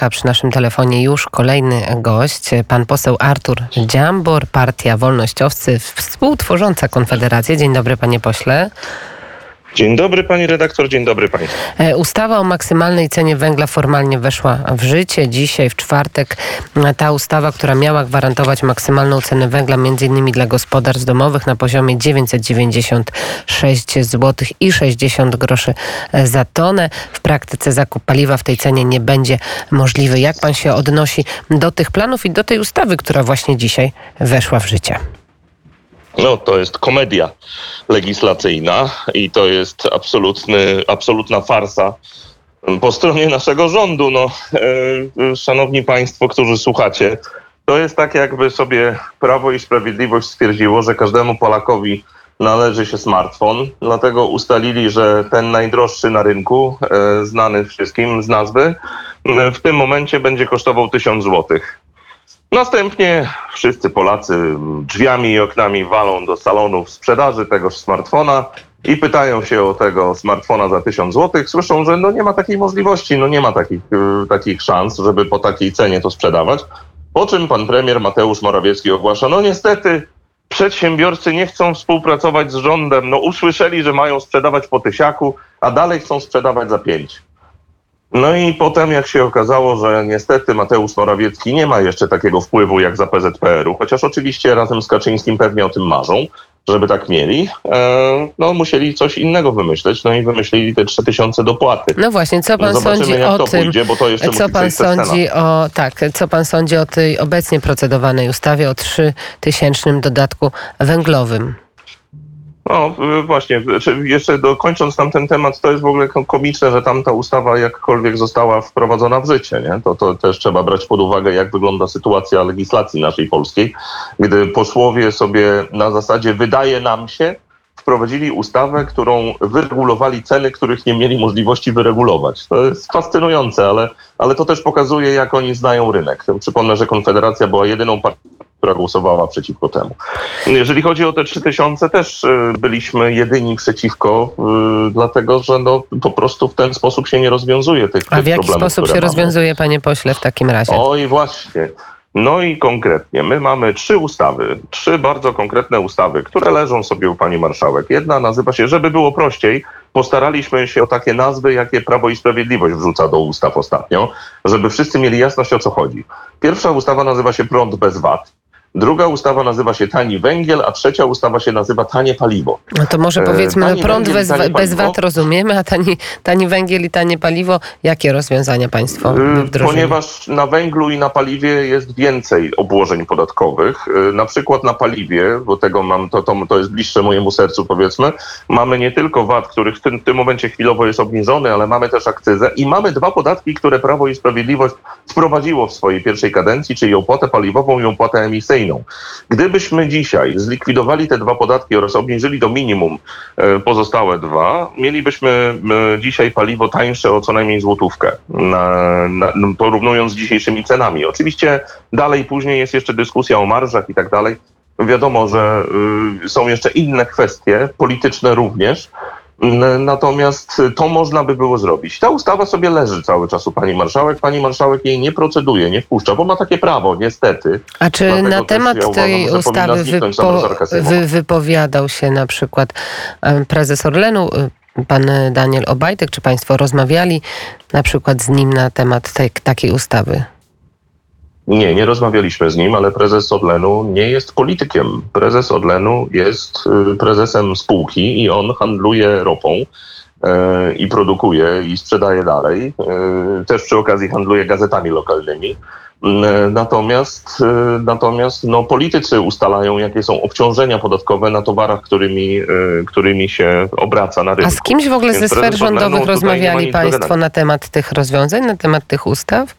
a przy naszym telefonie już kolejny gość, pan poseł Artur Dziambor, Partia Wolnościowcy, współtworząca Konfederację. Dzień dobry, panie pośle. Dzień dobry pani redaktor, dzień dobry państwu. Ustawa o maksymalnej cenie węgla formalnie weszła w życie. Dzisiaj, w czwartek, ta ustawa, która miała gwarantować maksymalną cenę węgla m.in. dla gospodarstw domowych na poziomie 996 zł i 60 groszy za tonę. W praktyce zakup paliwa w tej cenie nie będzie możliwy. Jak pan się odnosi do tych planów i do tej ustawy, która właśnie dzisiaj weszła w życie? No to jest komedia legislacyjna i to jest absolutna farsa po stronie naszego rządu. Szanowni państwo, którzy słuchacie, to jest tak, jakby sobie Prawo i Sprawiedliwość stwierdziło, że każdemu Polakowi należy się smartfon, dlatego ustalili, że ten najdroższy na rynku, znany wszystkim z nazwy, w tym momencie będzie kosztował 1000 złotych. Następnie wszyscy Polacy drzwiami i oknami walą do salonów sprzedaży tegoż smartfona i pytają się o tego smartfona za 1000 zł. Słyszą, że nie ma takiej możliwości, nie ma takich szans, żeby po takiej cenie to sprzedawać. Po czym pan premier Mateusz Morawiecki ogłasza, niestety przedsiębiorcy nie chcą współpracować z rządem. Usłyszeli, że mają sprzedawać po 1000, a dalej chcą sprzedawać za 5. No i potem jak się okazało, że niestety Mateusz Morawiecki nie ma jeszcze takiego wpływu jak za PZPR-u, chociaż oczywiście razem z Kaczyńskim pewnie o tym marzą, żeby tak mieli, musieli coś innego wymyśleć, i wymyślili te 3000 dopłaty. No właśnie, co pan sądzi o tym, pójdzie, bo to jeszcze co pan sądzi o tej obecnie procedowanej ustawie o 3000 dodatku węglowym? Właśnie, jeszcze dokończąc tamten temat, to jest w ogóle komiczne, że tamta ustawa jakkolwiek została wprowadzona w życie, nie? To też trzeba brać pod uwagę, jak wygląda sytuacja legislacji naszej polskiej, gdy posłowie sobie na zasadzie wydaje nam się wprowadzili ustawę, którą wyregulowali ceny, których nie mieli możliwości wyregulować. To jest fascynujące, ale to też pokazuje, jak oni znają rynek. Przypomnę, że Konfederacja była jedyną partią, która głosowała przeciwko temu. Jeżeli chodzi o te 3000, też byliśmy jedyni przeciwko, dlatego że po prostu w ten sposób się nie rozwiązuje tych problemów. A w jaki sposób się rozwiązuje, panie pośle, w takim razie? Oj, właśnie. I konkretnie, my mamy 3 bardzo konkretne ustawy, które leżą sobie u pani marszałek. Jedna nazywa się, żeby było prościej, postaraliśmy się o takie nazwy, jakie Prawo i Sprawiedliwość wrzuca do ustaw ostatnio, żeby wszyscy mieli jasność, o co chodzi. Pierwsza ustawa nazywa się prąd bez VAT. Druga ustawa nazywa się tani węgiel, a trzecia ustawa się nazywa tanie paliwo. No to może powiedzmy, prąd bez VAT rozumiemy, a tani węgiel i tanie paliwo, jakie rozwiązania państwo wdrożyli? Ponieważ na węglu i na paliwie jest więcej obłożeń podatkowych. Na przykład na paliwie, bo to jest bliższe mojemu sercu, powiedzmy, mamy nie tylko VAT, który w tym momencie chwilowo jest obniżony, ale mamy też akcyzę i mamy 2 podatki, które Prawo i Sprawiedliwość wprowadziło w swojej pierwszej kadencji, czyli opłatę paliwową i opłatę emisyjną. Gdybyśmy dzisiaj zlikwidowali te 2 podatki oraz obniżyli do minimum pozostałe 2, mielibyśmy dzisiaj paliwo tańsze o co najmniej złotówkę, porównując z dzisiejszymi cenami. Oczywiście dalej później jest jeszcze dyskusja o marżach i tak dalej. Wiadomo, że są jeszcze inne kwestie, polityczne również, natomiast to można by było zrobić. Ta ustawa sobie leży cały czas u pani marszałek. Pani marszałek jej nie proceduje, nie wpuszcza, bo ma takie prawo, niestety. A czy na temat tej ustawy wypowiadał się na przykład prezes Orlenu, pan Daniel Obajtek? Czy państwo rozmawiali na przykład z nim na temat takiej ustawy? Nie rozmawialiśmy z nim, ale prezes Orlenu nie jest politykiem. Prezes Orlenu jest prezesem spółki i on handluje ropą i produkuje i sprzedaje dalej. Też przy okazji handluje gazetami lokalnymi. Natomiast politycy ustalają, jakie są obciążenia podatkowe na towarach, którymi się obraca na rynku. A z kimś w ogóle ze sfer rządowych rozmawiali państwo na temat tych rozwiązań, na temat tych ustaw?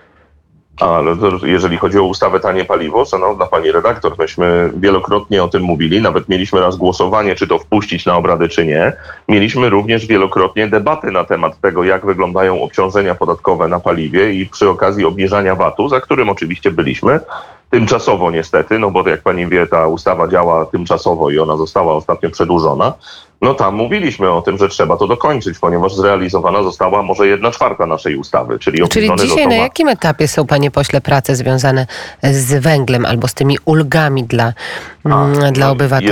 Ale jeżeli chodzi o ustawę tanie paliwo, szanowna pani redaktor, myśmy wielokrotnie o tym mówili, nawet mieliśmy raz głosowanie, czy to wpuścić na obrady, czy nie. Mieliśmy również wielokrotnie debaty na temat tego, jak wyglądają obciążenia podatkowe na paliwie i przy okazji obniżania VAT-u, za którym oczywiście byliśmy. Tymczasowo niestety, bo jak pani wie, ta ustawa działa tymczasowo i ona została ostatnio przedłużona. No tam mówiliśmy o tym, że trzeba to dokończyć, ponieważ zrealizowana została może 1/4 naszej ustawy, czyli dzisiaj na jakim etapie są, panie pośle, prace związane z węglem albo z tymi ulgami dla obywateli?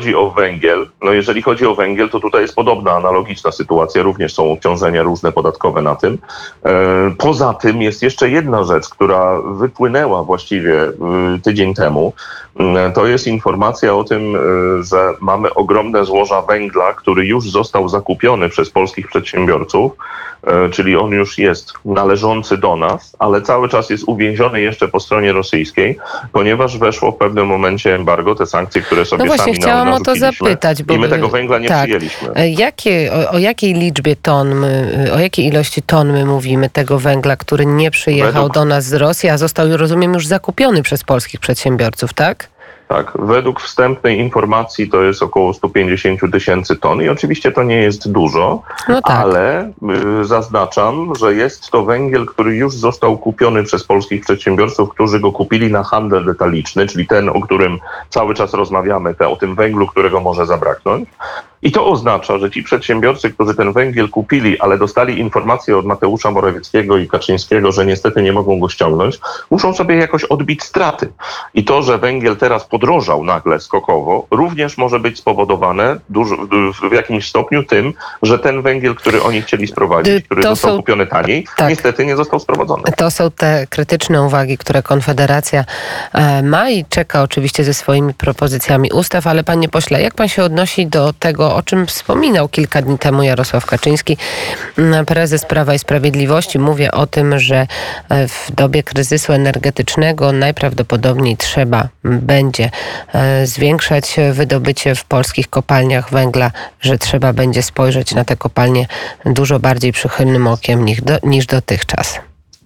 Jeżeli chodzi o węgiel, to tutaj jest podobna, analogiczna sytuacja. Również są obciążenia różne podatkowe na tym. Poza tym jest jeszcze jedna rzecz, która wypłynęła właściwie tydzień temu. To jest informacja o tym, że mamy ogromne złoża węgla, który już został zakupiony przez polskich przedsiębiorców, czyli on już jest należący do nas, ale cały czas jest uwięziony jeszcze po stronie rosyjskiej, ponieważ weszło w pewnym momencie embargo, te sankcje, które sobie sami narzuciliśmy. Chciałam o to zapytać, bo i my tego węgla nie przyjęliśmy. O jakiej liczbie ton, o jakiej ilości ton my mówimy tego węgla, który nie przyjechał do nas z Rosji, a został, rozumiem, już zakupiony przez polskich przedsiębiorców, tak? Tak, według wstępnej informacji to jest około 150 000 ton i oczywiście to nie jest dużo, ale zaznaczam, że jest to węgiel, który już został kupiony przez polskich przedsiębiorców, którzy go kupili na handel detaliczny, czyli ten, o którym cały czas rozmawiamy, o tym węglu, którego może zabraknąć. I to oznacza, że ci przedsiębiorcy, którzy ten węgiel kupili, ale dostali informację od Mateusza Morawieckiego i Kaczyńskiego, że niestety nie mogą go ściągnąć, muszą sobie jakoś odbić straty. I to, że węgiel teraz podrożał nagle skokowo, również może być spowodowane w jakimś stopniu tym, że ten węgiel, który oni chcieli sprowadzić, który został kupiony taniej, niestety nie został sprowadzony. To są te krytyczne uwagi, które Konfederacja ma i czeka oczywiście ze swoimi propozycjami ustaw, ale panie pośle, jak pan się odnosi do tego, o czym wspominał kilka dni temu Jarosław Kaczyński, prezes Prawa i Sprawiedliwości? Mówię o tym, że w dobie kryzysu energetycznego najprawdopodobniej trzeba będzie zwiększać wydobycie w polskich kopalniach węgla, że trzeba będzie spojrzeć na te kopalnie dużo bardziej przychylnym okiem niż dotychczas.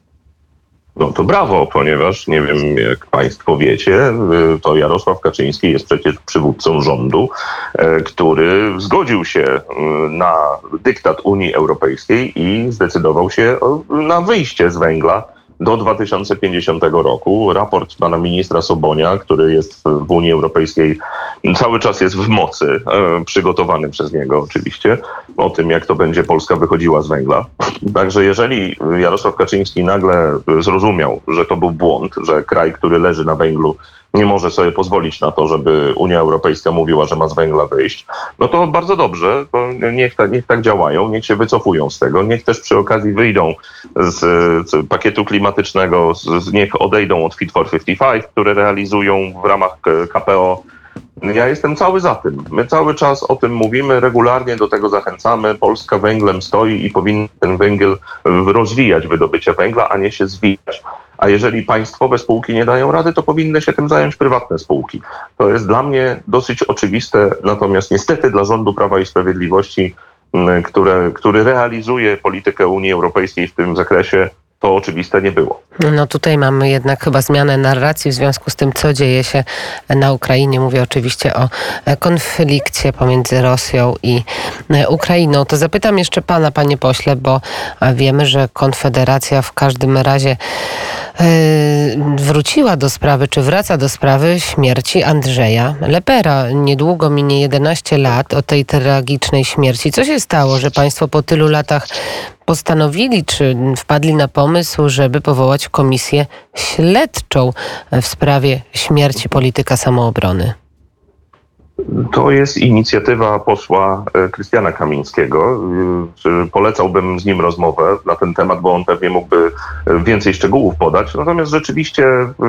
No to brawo, ponieważ nie wiem, jak państwo wiecie, to Jarosław Kaczyński jest przecież przywódcą rządu, który zgodził się na dyktat Unii Europejskiej i zdecydował się na wyjście z węgla do 2050 roku. Raport pana ministra Sobonia, który jest w Unii Europejskiej, cały czas jest w mocy, przygotowany przez niego oczywiście, o tym, jak to będzie Polska wychodziła z węgla. Także jeżeli Jarosław Kaczyński nagle zrozumiał, że to był błąd, że kraj, który leży na węglu, nie może sobie pozwolić na to, żeby Unia Europejska mówiła, że ma z węgla wyjść, no to bardzo dobrze, to niech tak działają, niech się wycofują z tego, niech też przy okazji wyjdą z pakietu klimatycznego, niech odejdą od Fit for 55, które realizują w ramach KPO. Ja jestem cały za tym. My cały czas o tym mówimy, regularnie do tego zachęcamy. Polska węglem stoi i powinien ten węgiel rozwijać, wydobycie węgla, a nie się zwijać. A jeżeli państwowe spółki nie dają rady, to powinny się tym zająć prywatne spółki. To jest dla mnie dosyć oczywiste, natomiast niestety dla rządu Prawa i Sprawiedliwości, który realizuje politykę Unii Europejskiej w tym zakresie, to oczywiste nie było. No tutaj mamy jednak chyba zmianę narracji w związku z tym, co dzieje się na Ukrainie. Mówię oczywiście o konflikcie pomiędzy Rosją i Ukrainą. To zapytam jeszcze pana, panie pośle, bo wiemy, że Konfederacja w każdym razie wróciła do sprawy, czy wraca do sprawy śmierci Andrzeja Lepera. Niedługo minie 11 lat od tej tragicznej śmierci. Co się stało, że państwo po tylu latach postanowili, czy wpadli na pomysł, żeby powołać komisję śledczą w sprawie śmierci polityka samoobrony? To jest inicjatywa posła Krystiana Kamińskiego. Polecałbym z nim rozmowę na ten temat, bo on pewnie mógłby więcej szczegółów podać. Natomiast rzeczywiście,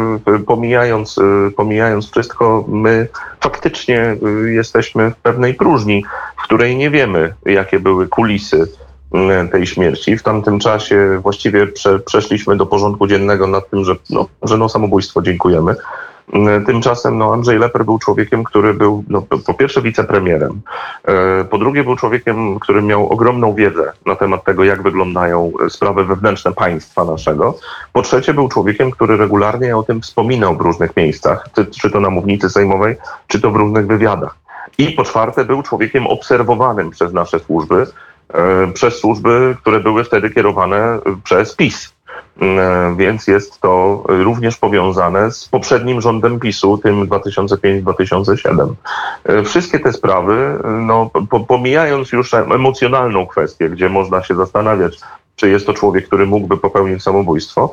pomijając wszystko, my faktycznie jesteśmy w pewnej próżni, w której nie wiemy, jakie były kulisy tej śmierci. W tamtym czasie właściwie przeszliśmy do porządku dziennego nad tym, że samobójstwo, dziękujemy. Tymczasem Andrzej Leper był człowiekiem, który był po pierwsze wicepremierem, po drugie był człowiekiem, który miał ogromną wiedzę na temat tego, jak wyglądają sprawy wewnętrzne państwa naszego. Po trzecie był człowiekiem, który regularnie o tym wspominał w różnych miejscach, czy to na mównicy sejmowej, czy to w różnych wywiadach. I po czwarte był człowiekiem obserwowanym przez nasze służby, przez służby, które były wtedy kierowane przez PiS. Więc jest to również powiązane z poprzednim rządem PiS-u, tym 2005-2007. Wszystkie te sprawy, no, pomijając już emocjonalną kwestię, gdzie można się zastanawiać, czy jest to człowiek, który mógłby popełnić samobójstwo,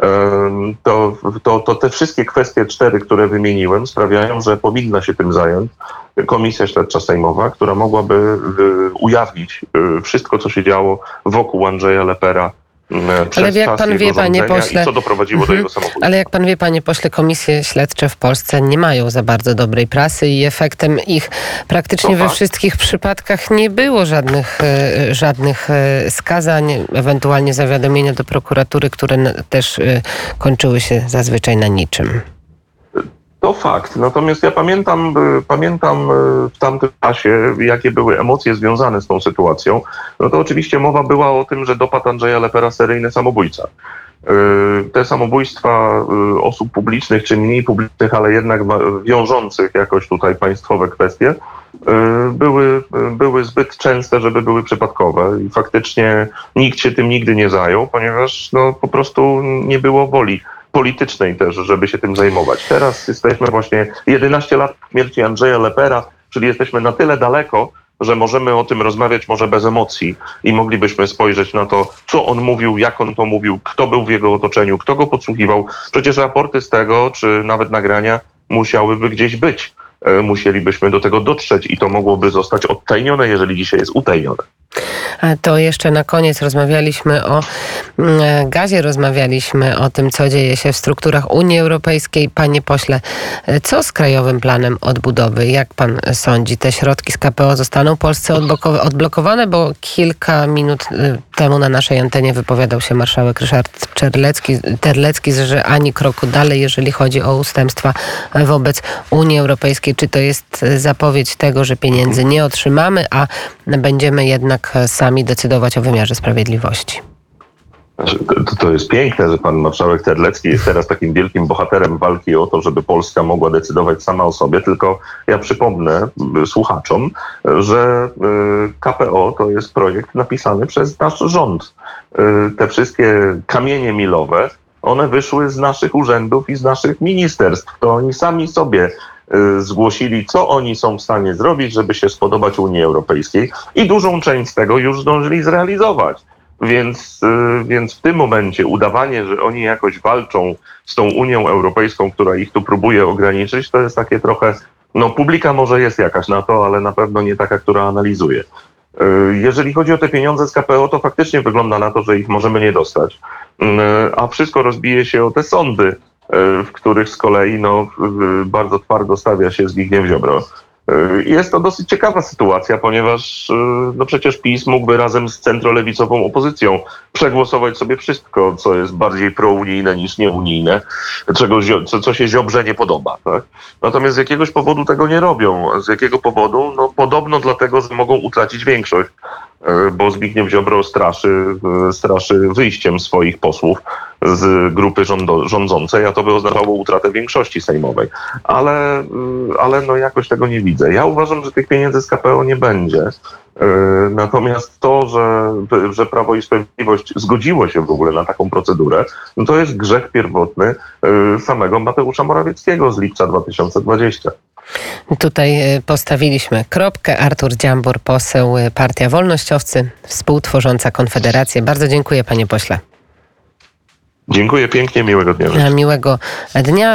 to te wszystkie kwestie 4, które wymieniłem, sprawiają, że powinna się tym zająć Komisja Śledcza Sejmowa, która mogłaby ujawnić wszystko, co się działo wokół Andrzeja Lepera przez jak czas pan jego wie, panie rządzenia pośle, i co doprowadziło do jego samobójstwa. Ale jak pan wie, panie pośle, komisje śledcze w Polsce nie mają za bardzo dobrej prasy i efektem ich praktycznie we wszystkich przypadkach nie było żadnych skazań, ewentualnie zawiadomienia do prokuratury, które też kończyły się zazwyczaj na niczym. To fakt. Natomiast ja pamiętam w tamtym czasie, jakie były emocje związane z tą sytuacją. No to oczywiście mowa była o tym, że dopadł Andrzeja Lepera seryjny samobójca. Te samobójstwa osób publicznych czy mniej publicznych, ale jednak wiążących jakoś tutaj państwowe kwestie, były zbyt częste, żeby były przypadkowe i faktycznie nikt się tym nigdy nie zajął, ponieważ no, po prostu nie było woli politycznej też, żeby się tym zajmować. Teraz jesteśmy właśnie 11 lat po śmierci Andrzeja Lepera, czyli jesteśmy na tyle daleko, że możemy o tym rozmawiać może bez emocji i moglibyśmy spojrzeć na to, co on mówił, jak on to mówił, kto był w jego otoczeniu, kto go podsłuchiwał. Przecież raporty z tego, czy nawet nagrania musiałyby gdzieś być. Musielibyśmy do tego dotrzeć i to mogłoby zostać odtajnione, jeżeli dzisiaj jest utajnione. To jeszcze na koniec rozmawialiśmy o gazie, rozmawialiśmy o tym, co dzieje się w strukturach Unii Europejskiej. Panie pośle, co z Krajowym Planem Odbudowy? Jak pan sądzi, te środki z KPO zostaną Polsce odblokowane? Bo kilka minut temu na naszej antenie wypowiadał się marszałek Ryszard Terlecki, że ani kroku dalej, jeżeli chodzi o ustępstwa wobec Unii Europejskiej. Czy to jest zapowiedź tego, że pieniędzy nie otrzymamy, a będziemy jednak sami decydować o wymiarze sprawiedliwości? To jest piękne, że pan marszałek Terlecki jest teraz takim wielkim bohaterem walki o to, żeby Polska mogła decydować sama o sobie. Tylko ja przypomnę słuchaczom, że KPO to jest projekt napisany przez nasz rząd. Te wszystkie kamienie milowe, one wyszły z naszych urzędów i z naszych ministerstw. To oni sami sobie zgłosili, co oni są w stanie zrobić, żeby się spodobać Unii Europejskiej i dużą część z tego już zdążyli zrealizować. Więc w tym momencie udawanie, że oni jakoś walczą z tą Unią Europejską, która ich tu próbuje ograniczyć, to jest takie trochę, no publika może jest jakaś na to, ale na pewno nie taka, która analizuje. Jeżeli chodzi o te pieniądze z KPO, to faktycznie wygląda na to, że ich możemy nie dostać. A wszystko rozbije się o te sądy, w których z kolei bardzo twardo stawia się Zbigniew Ziobro. Jest to dosyć ciekawa sytuacja, ponieważ przecież PiS mógłby razem z centrolewicową opozycją przegłosować sobie wszystko, co jest bardziej prounijne niż nieunijne, co się Ziobrze nie podoba. Tak? Natomiast z jakiegoś powodu tego nie robią. Z jakiego powodu? No podobno dlatego, że mogą utracić większość, bo Zbigniew Ziobro straszy wyjściem swoich posłów z grupy rządzącej, a to by oznaczało utratę większości sejmowej. Ale no jakoś tego nie widzę. Ja uważam, że tych pieniędzy z KPO nie będzie. Natomiast to, że Prawo i Sprawiedliwość zgodziło się w ogóle na taką procedurę, no to jest grzech pierwotny samego Mateusza Morawieckiego z lipca 2020. Tutaj postawiliśmy kropkę. Artur Dziambor, poseł Partia Wolnościowcy, współtworząca Konfederację. Bardzo dziękuję, panie pośle. Dziękuję pięknie, miłego dnia. Miłego dnia.